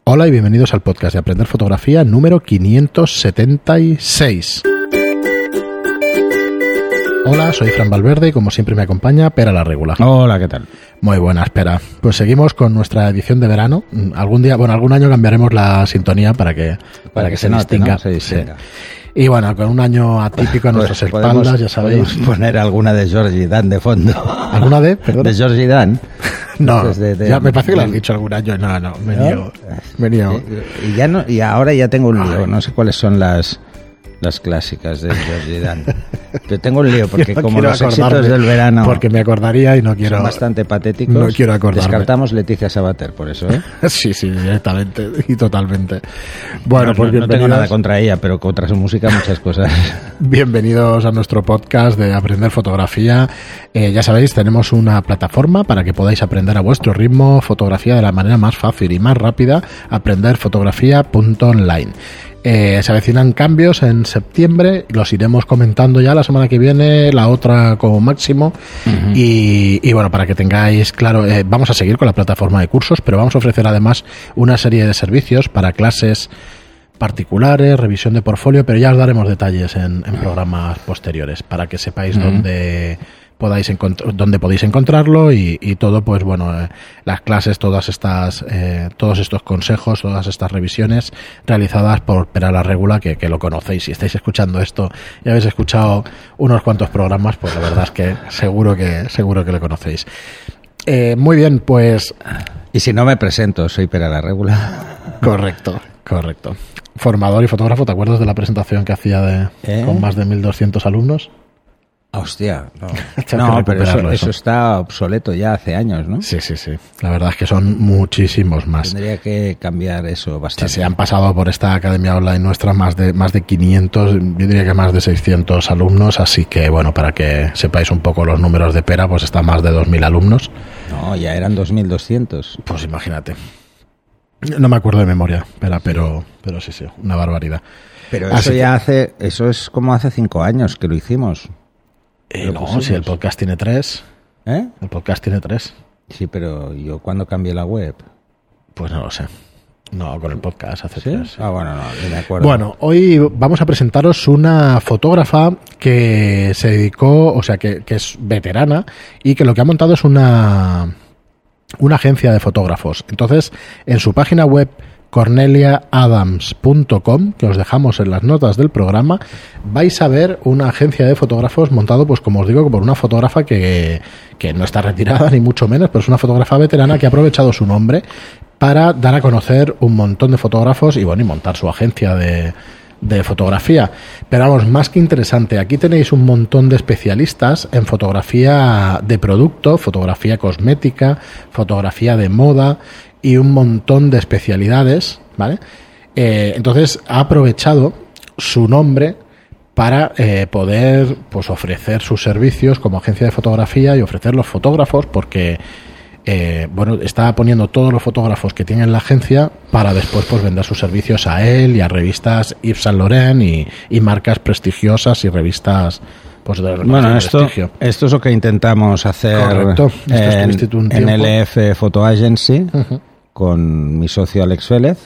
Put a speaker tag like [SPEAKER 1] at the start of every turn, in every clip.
[SPEAKER 1] Hola y bienvenidos al podcast de Aprender Fotografía número 576. Hola, soy Fran Valverde y como siempre me acompaña Pera la Regula.
[SPEAKER 2] Hola, ¿qué tal?
[SPEAKER 1] Muy buenas, Pera. Pues seguimos con nuestra edición de verano. Algún año cambiaremos la sintonía para que se distinga.
[SPEAKER 2] ¿No? Se distinga.
[SPEAKER 1] Sí. Y bueno, con un año atípico a nuestras espaldas, ya sabéis.
[SPEAKER 2] Podemos poner alguna de Georgie Dan de fondo.
[SPEAKER 1] ¿Alguna de? Perdón.
[SPEAKER 2] De Georgie Dan.
[SPEAKER 1] No, ya me parece que lo has dicho algún año. No, me niego.
[SPEAKER 2] Y ahora ya tengo un lío. No sé cuáles son las clásicas de Georgie Dan. Pero tengo un lío porque como los éxitos del verano...
[SPEAKER 1] Porque me acordaría y no quiero...
[SPEAKER 2] Son bastante patéticos.
[SPEAKER 1] No quiero acordarme.
[SPEAKER 2] Descartamos Leticia Sabater, por eso, ¿eh?
[SPEAKER 1] Sí, directamente y totalmente. Bueno,
[SPEAKER 2] no,
[SPEAKER 1] pues
[SPEAKER 2] no tengo nada contra ella, pero contra su música muchas cosas.
[SPEAKER 1] Bienvenidos a nuestro podcast de Aprender Fotografía. Ya sabéis, tenemos una plataforma para que podáis aprender a vuestro ritmo fotografía de la manera más fácil y más rápida, aprenderfotografía.online. Se avecinan cambios en septiembre, los iremos comentando ya la semana que viene, la otra como máximo. Uh-huh. Y bueno, para que tengáis claro, vamos a seguir con la plataforma de cursos, pero vamos a ofrecer además una serie de servicios para clases particulares, revisión de portfolio, pero ya os daremos detalles en programas posteriores para que sepáis dónde podéis encontrarlo y todo, pues bueno, las clases, todos estos consejos, todas estas revisiones realizadas por Pera la Regula, que lo conocéis. Si estáis escuchando esto y habéis escuchado unos cuantos programas, pues la verdad es que seguro que lo conocéis. Muy bien, pues...
[SPEAKER 2] Y si no me presento, soy Pera la Regula.
[SPEAKER 1] Correcto. Formador y fotógrafo, ¿te acuerdas de la presentación que hacía con más de 1.200 alumnos?
[SPEAKER 2] Hostia, no, pero eso está obsoleto ya hace años, ¿no?
[SPEAKER 1] Sí. La verdad es que son muchísimos más.
[SPEAKER 2] Tendría que cambiar eso bastante.
[SPEAKER 1] Sí, se han pasado por esta academia online nuestra más de 500, yo diría que más de 600 alumnos, así que bueno, para que sepáis un poco los números de Pera, pues está más de 2.000 alumnos.
[SPEAKER 2] No, ya eran 2.200.
[SPEAKER 1] Pues imagínate. No me acuerdo de memoria, pero sí, una barbaridad.
[SPEAKER 2] Pero eso eso es como hace 5 años que lo hicimos.
[SPEAKER 1] No, si el podcast tiene 3.
[SPEAKER 2] ¿Eh?
[SPEAKER 1] El podcast tiene 3.
[SPEAKER 2] Sí, pero yo cuando cambié la web.
[SPEAKER 1] Pues no lo sé. No, con el podcast hace 3.
[SPEAKER 2] ¿Sí? Bueno, no me acuerdo.
[SPEAKER 1] Bueno, hoy vamos a presentaros una fotógrafa que se dedicó, o sea, que es veterana y que lo que ha montado es una agencia de fotógrafos. Entonces, en su página web corneliaadams.com, que os dejamos en las notas del programa, vais a ver una agencia de fotógrafos montado, pues como os digo, por una fotógrafa que no está retirada ni mucho menos, pero es una fotógrafa veterana que ha aprovechado su nombre para dar a conocer un montón de fotógrafos y montar su agencia de fotografía. Pero vamos, más que interesante, aquí tenéis un montón de especialistas en fotografía de producto, fotografía cosmética, fotografía de moda y un montón de especialidades, ¿vale? Entonces ha aprovechado su nombre para poder pues ofrecer sus servicios como agencia de fotografía y ofrecer los fotógrafos, porque está poniendo todos los fotógrafos que tiene la agencia para después pues vender sus servicios a él y a revistas Yves Saint Laurent y marcas prestigiosas y revistas pues de prestigio.
[SPEAKER 2] Esto es lo que intentamos hacer.
[SPEAKER 1] Correcto.
[SPEAKER 2] En LF Photo Agency, con mi socio Alex Vélez.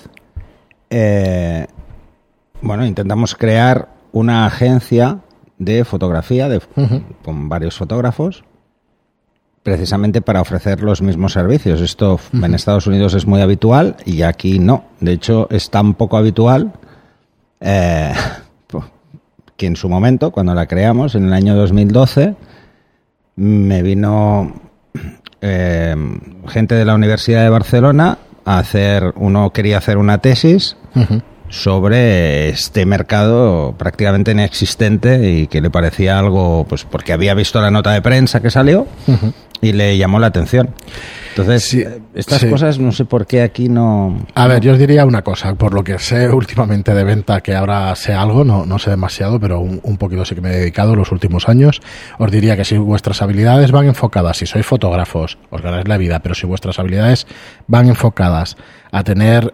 [SPEAKER 2] Intentamos crear una agencia de fotografía con varios fotógrafos, precisamente para ofrecer los mismos servicios. Esto en Estados Unidos es muy habitual y aquí no. De hecho, es tan poco habitual que en su momento, cuando la creamos, en el año 2012, me vino gente de la Universidad de Barcelona uno quería hacer una tesis sobre este mercado prácticamente inexistente y que le parecía algo, pues porque había visto la nota de prensa que salió y le llamó la atención. Entonces, estas cosas no sé por qué aquí no...
[SPEAKER 1] A ver, yo os diría una cosa, por lo que sé últimamente de venta, que ahora sé algo, no sé demasiado, pero un poquito sí que me he dedicado los últimos años, os diría que si vuestras habilidades van enfocadas, si sois fotógrafos, os ganáis la vida, pero si vuestras habilidades van enfocadas a tener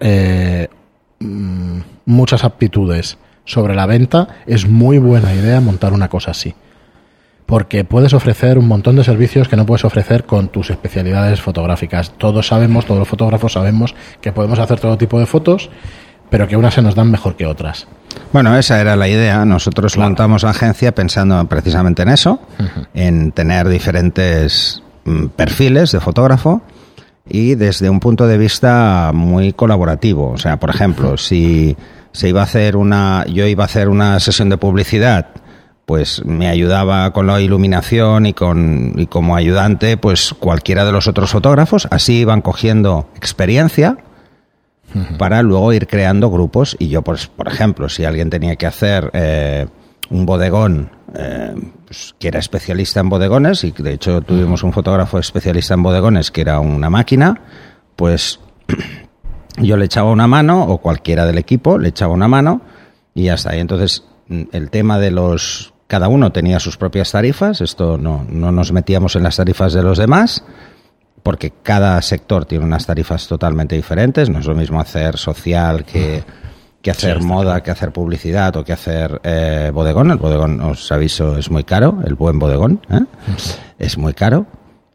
[SPEAKER 1] muchas aptitudes sobre la venta, es muy buena idea montar una cosa así. porque puedes ofrecer un montón de servicios que no puedes ofrecer con tus especialidades fotográficas. Todos los fotógrafos sabemos que podemos hacer todo tipo de fotos, pero que unas se nos dan mejor que otras.
[SPEAKER 2] Bueno, esa era la idea. Nosotros montamos la agencia pensando precisamente en eso, en tener diferentes perfiles de fotógrafo y desde un punto de vista muy colaborativo. O sea, por ejemplo, si yo iba a hacer una sesión de publicidad, pues me ayudaba con la iluminación y como ayudante, pues cualquiera de los otros fotógrafos. Así iban cogiendo experiencia para luego ir creando grupos. Y yo, pues, por ejemplo, si alguien tenía que hacer un bodegón, pues, que era especialista en bodegones, y de hecho tuvimos un fotógrafo especialista en bodegones que era una máquina, pues yo le echaba una mano, o cualquiera del equipo le echaba una mano, y hasta ahí. Entonces, el tema de cada uno tenía sus propias tarifas. Esto no nos metíamos en las tarifas de los demás, porque cada sector tiene unas tarifas totalmente diferentes. No es lo mismo hacer social que hacer moda, que hacer publicidad o que hacer bodegón. El bodegón, os aviso, es muy caro, el buen bodegón, es muy caro.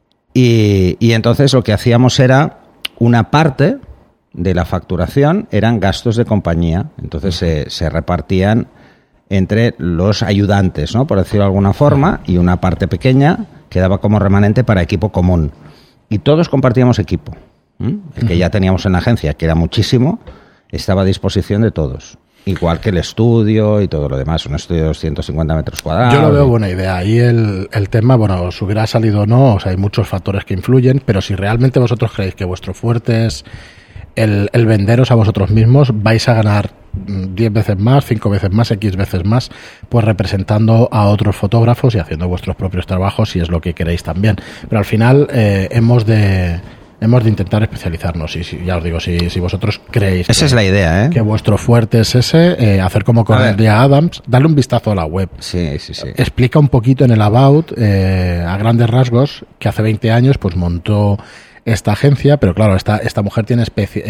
[SPEAKER 2] Y entonces lo que hacíamos era una parte de la facturación eran gastos de compañía. Entonces se repartían entre los ayudantes, ¿no?, por decirlo de alguna forma, y una parte pequeña quedaba como remanente para equipo común. Y todos compartíamos equipo. El que ya teníamos en la agencia, que era muchísimo, estaba a disposición de todos. Igual que el estudio y todo lo demás. Un estudio de 250 metros cuadrados.
[SPEAKER 1] Yo lo veo buena idea. Ahí el tema, bueno, os hubiera salido o no, o sea, hay muchos factores que influyen, pero si realmente vosotros creéis que vuestro fuerte es el venderos a vosotros mismos, vais a ganar 10 veces más, 5 veces más, X veces más, pues representando a otros fotógrafos y haciendo vuestros propios trabajos, si es lo que queréis también. Pero al final hemos de intentar especializarnos. Y ya os digo, si vosotros creéis
[SPEAKER 2] esa es la idea,
[SPEAKER 1] que vuestro fuerte es ese, hacer como con Cornelia Adams, darle un vistazo a la web.
[SPEAKER 2] Sí.
[SPEAKER 1] Explica un poquito en el About, a grandes rasgos, que hace 20 años pues montó esta agencia, pero claro, esta mujer tiene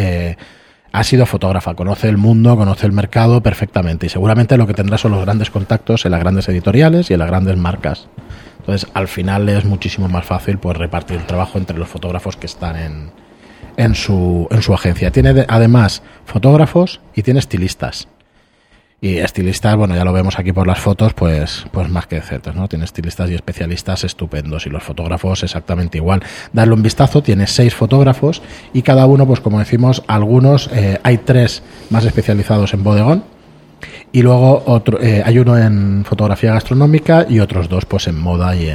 [SPEAKER 1] ha sido fotógrafa, conoce el mundo, conoce el mercado perfectamente, y seguramente lo que tendrá son los grandes contactos en las grandes editoriales y en las grandes marcas. Entonces, al final es muchísimo más fácil pues repartir el trabajo entre los fotógrafos que están en su agencia. Tiene además fotógrafos y tiene estilistas. Y estilistas, bueno, ya lo vemos aquí por las fotos, pues más que decentes, ¿no? Tiene estilistas y especialistas estupendos, y los fotógrafos exactamente igual. Darle un vistazo, tiene 6 fotógrafos y cada uno, pues como decimos, algunos, hay 3 más especializados en bodegón, y luego hay uno en fotografía gastronómica y otros 2 pues en moda y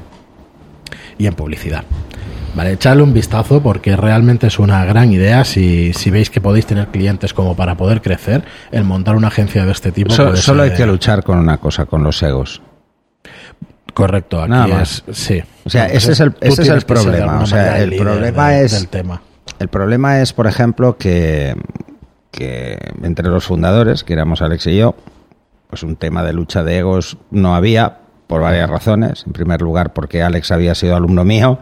[SPEAKER 1] en publicidad. Vale, echadle un vistazo porque realmente es una gran idea. Si veis que podéis tener clientes como para poder crecer, el montar una agencia de este tipo
[SPEAKER 2] solo hay que luchar con una cosa, con los egos.
[SPEAKER 1] Correcto, aquí
[SPEAKER 2] nada más.
[SPEAKER 1] Sí.
[SPEAKER 2] O sea, ese es el problema. O sea, el problema es del tema. El problema es, por ejemplo, que entre los fundadores, que éramos Alex y yo, pues un tema de lucha de egos no había, por varias razones. En primer lugar, porque Alex había sido alumno mío.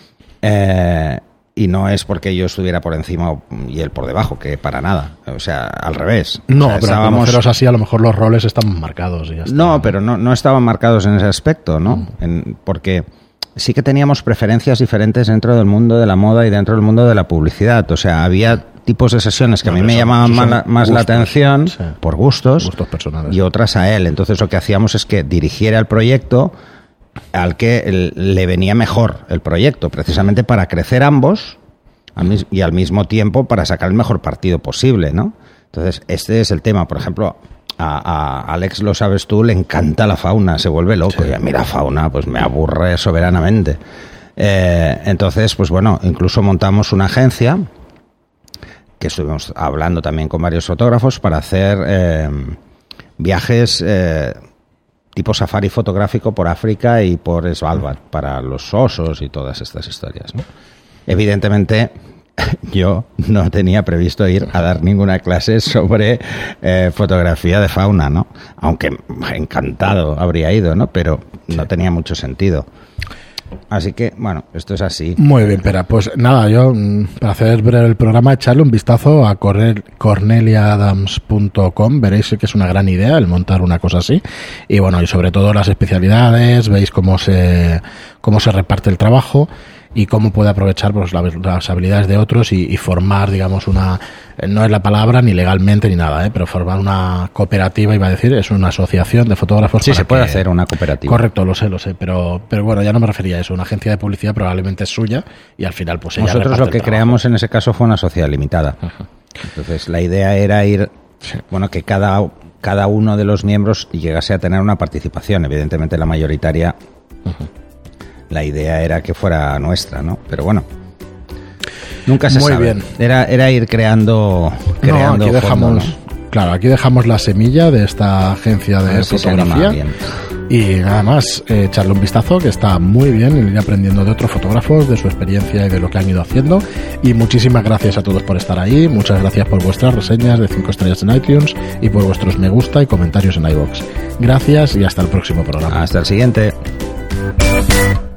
[SPEAKER 2] Y no es porque yo estuviera por encima y él por debajo, que para nada. O sea, al revés.
[SPEAKER 1] No,
[SPEAKER 2] o sea,
[SPEAKER 1] pero conoceros así, a lo mejor los roles están marcados y ya está.
[SPEAKER 2] No, pero no estaban marcados en ese aspecto, ¿no? Porque sí que teníamos preferencias diferentes dentro del mundo de la moda y dentro del mundo de la publicidad. O sea, había tipos de sesiones que a mí me llamaban más la atención, sí, por gustos personales, y otras a él. Entonces lo que hacíamos es que dirigiera el proyecto al que le venía mejor el proyecto, precisamente para crecer ambos y al mismo tiempo para sacar el mejor partido posible, ¿no? Entonces, este es el tema. Por ejemplo, a Alex, lo sabes tú, le encanta la fauna, se vuelve loco. Sí. Y a mí la fauna pues me aburre soberanamente. Entonces, pues bueno, incluso montamos una agencia que estuvimos hablando también con varios fotógrafos para hacer viajes tipo safari fotográfico por África y por Svalbard, para los osos y todas estas historias, ¿no? Evidentemente, yo no tenía previsto ir a dar ninguna clase sobre fotografía de fauna, ¿no? Aunque encantado habría ido, ¿no? Pero no tenía mucho sentido. Así que, bueno, esto es así.
[SPEAKER 1] Muy bien, Pera. Pues nada, yo para hacer breve el programa, echarle un vistazo a corneliaadams.com. Veréis que es una gran idea el montar una cosa así. Y bueno, y sobre todo las especialidades, veis cómo se reparte el trabajo y cómo puede aprovechar pues las habilidades de otros y formar, digamos, no es la palabra ni legalmente ni nada, pero formar una cooperativa, iba a decir, es una asociación de fotógrafos.
[SPEAKER 2] Sí, se puede hacer una cooperativa.
[SPEAKER 1] Correcto, lo sé, pero bueno, ya no me refería a eso. Una agencia de publicidad probablemente es suya y al final pues ella
[SPEAKER 2] nosotros lo que creamos en ese caso fue una sociedad limitada. Ajá. Entonces la idea era bueno, que cada uno de los miembros llegase a tener una participación, evidentemente la mayoritaria. Uh-huh. La idea era que fuera nuestra, ¿no? Pero bueno, nunca se sabe. Muy bien. Era ir creando
[SPEAKER 1] aquí dejamos, ¿no? Claro, aquí dejamos la semilla de esta agencia de fotografía. Y nada más, echarle un vistazo, que está muy bien, y ir aprendiendo de otros fotógrafos, de su experiencia y de lo que han ido haciendo. Y muchísimas gracias a todos por estar ahí. Muchas gracias por vuestras reseñas de 5 estrellas en iTunes y por vuestros me gusta y comentarios en iVoox. Gracias y hasta el próximo programa.
[SPEAKER 2] Hasta el siguiente.